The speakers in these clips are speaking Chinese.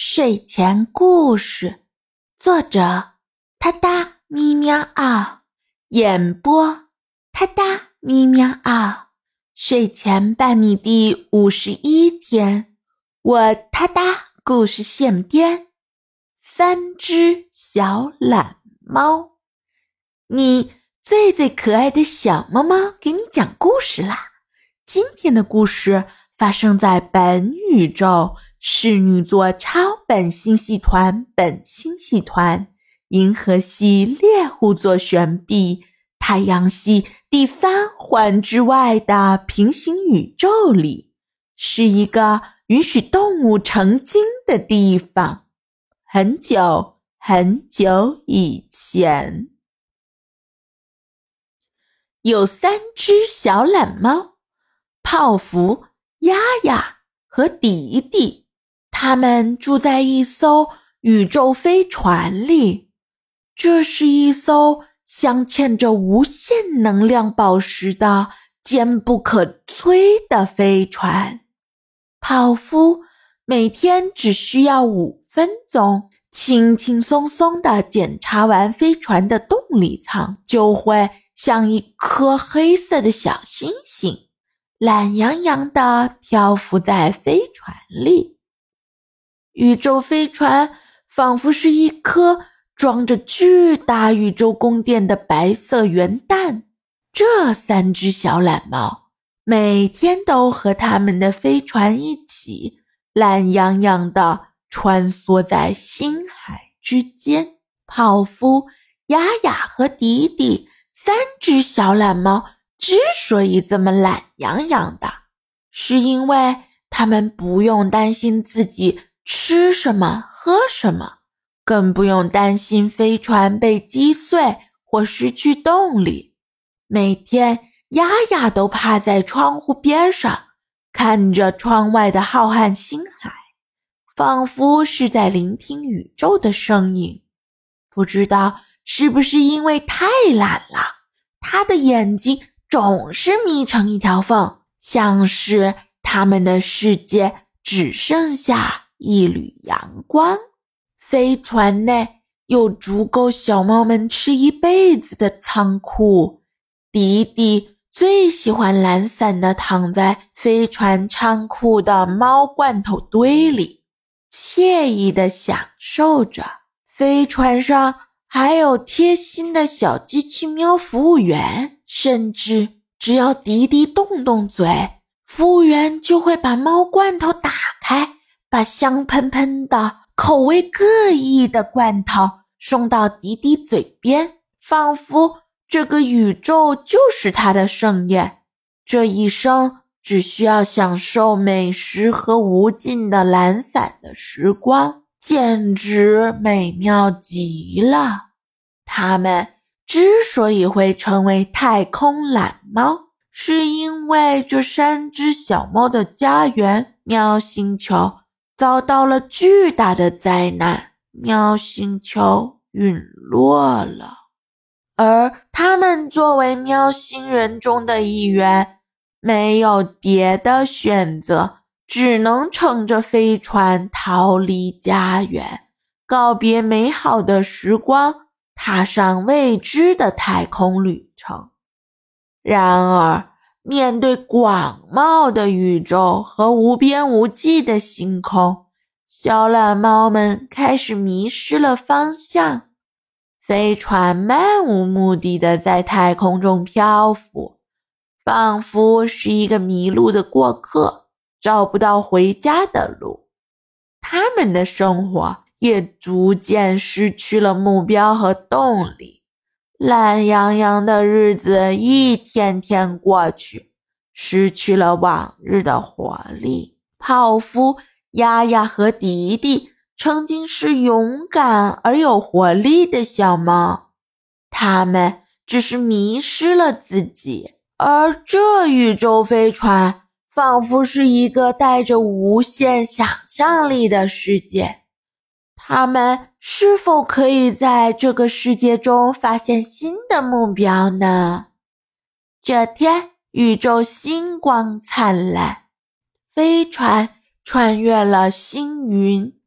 睡前故事，作者他哒咪喵嗷，演播他哒咪喵嗷。睡前伴你第51天，我他哒故事现编。3只小懒猫，你最可爱的小猫猫给你讲故事啦。今天的故事发生在本宇宙侍女座超本星系团本星系团银河系猎户座旋臂太阳系第3环之外的平行宇宙里，是一个允许动物成精的地方。很久很久以前，有3只小懒猫，泡芙、丫丫和迪迪，它们住在一艘宇宙飞船里。这是一艘镶嵌着无限能量宝石的坚不可摧的飞船。泡芙每天只需要5分钟，轻轻松松地检查完飞船的动力舱，就会像一颗黑色的小星星，懒洋洋地漂浮在飞船里。宇宙飞船仿佛是一颗装着巨大宇宙宫殿的白色圆蛋。这3只小懒猫每天都和他们的飞船一起懒洋洋地穿梭在星海之间。泡芙、丫丫和迪迪3只小懒猫之所以这么懒洋洋的，是因为他们不用担心自己吃什么喝什么，更不用担心飞船被击碎或失去动力。每天丫丫都趴在窗户边上，看着窗外的浩瀚星海，仿佛是在聆听宇宙的声音。不知道是不是因为太懒了，他的眼睛总是眯成一条缝，像是他们的世界只剩下一缕阳光。飞船内有足够小猫们吃一辈子的仓库。迪迪最喜欢懒散地躺在飞船仓库的猫罐头堆里，惬意地享受着。飞船上还有贴心的小机器喵服务员，甚至只要迪迪动动嘴，服务员就会把猫罐头打开，把香喷喷的口味各异的罐头送到迪迪嘴边，仿佛这个宇宙就是他的盛宴。这一生只需要享受美食和无尽的懒散的时光，简直美妙极了。他们之所以会成为太空懒猫，是因为这3只小猫的家园喵星球遭到了巨大的灾难，喵星球陨落了。而他们作为喵星人中的一员，没有别的选择，只能乘着飞船逃离家园，告别美好的时光，踏上未知的太空旅程。然而，面对广袤的宇宙和无边无际的星空，小懒猫们开始迷失了方向。飞船漫无目的地在太空中漂浮，仿佛是一个迷路的过客，找不到回家的路。他们的生活也逐渐失去了目标和动力，懒洋洋的日子一天天过去，失去了往日的活力。泡芙、丫丫和迪迪曾经是勇敢而有活力的小猫，它们只是迷失了自己。而这宇宙飞船仿佛是一个带着无限想象力的世界，它们是否可以在这个世界中发现新的目标呢？这天，宇宙星光灿烂，飞船穿越了星云，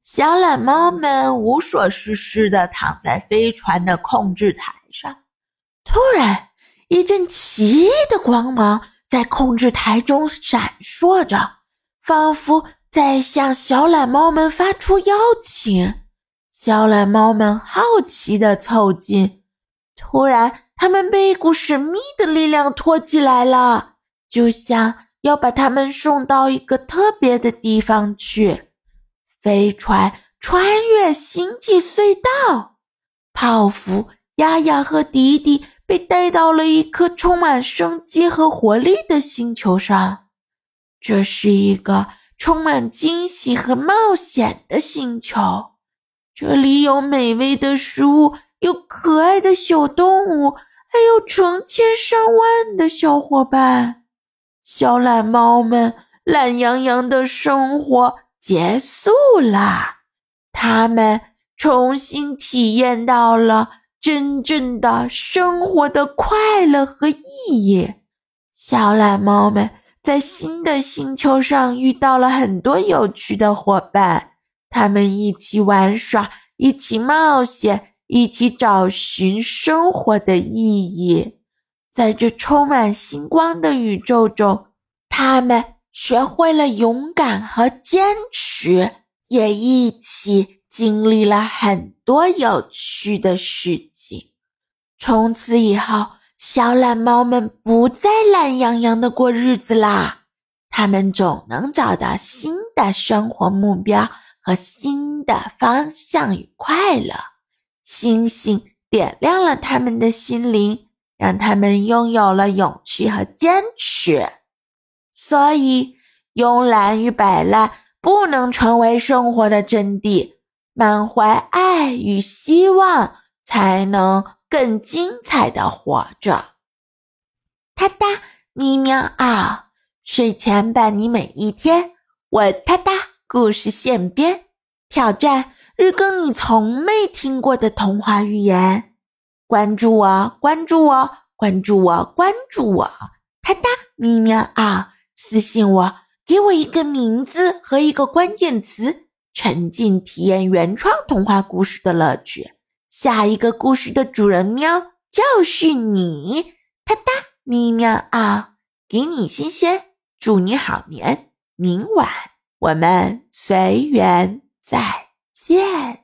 小懒猫们无所事事地躺在飞船的控制台上。突然，一阵奇异的光芒在控制台中闪烁着，仿佛在向小懒猫们发出邀请。小懒猫们好奇地凑近，突然它们被一股神秘的力量托起来了，就像要把它们送到一个特别的地方去。飞船穿越星际隧道，泡芙、丫丫和迪迪被带到了一颗充满生机和活力的星球上。这是一个充满惊喜和冒险的星球，这里有美味的食物，有可爱的小动物，还有成千上万的小伙伴。小懒猫们懒洋洋的生活结束啦，他们重新体验到了真正的生活的快乐和意义。小懒猫们在新的星球上遇到了很多有趣的伙伴，他们一起玩耍，一起冒险，一起找寻生活的意义。在这充满星光的宇宙中，他们学会了勇敢和坚持，也一起经历了很多有趣的事情。从此以后，小懒猫们不再懒洋洋地过日子啦，他们总能找到新的生活目标和新的方向与快乐。星星点亮了他们的心灵，让他们拥有了勇气和坚持。所以，慵懒与摆烂不能成为生活的真谛，满怀爱与希望，才能更精彩地活着。哒哒咪喵嗷，睡前伴你每一天，我哒哒故事现编，挑战日更你从没听过的童话寓言。关注我，关注我，关注我，关注我，哒哒咪喵嗷，私信我，给我一个名字和一个关键词，沉浸体验原创童话故事的乐趣。下一个故事的主人喵就是你，哒哒咪喵嗷，给你新鲜，祝你好眠，明晚我们随缘再见。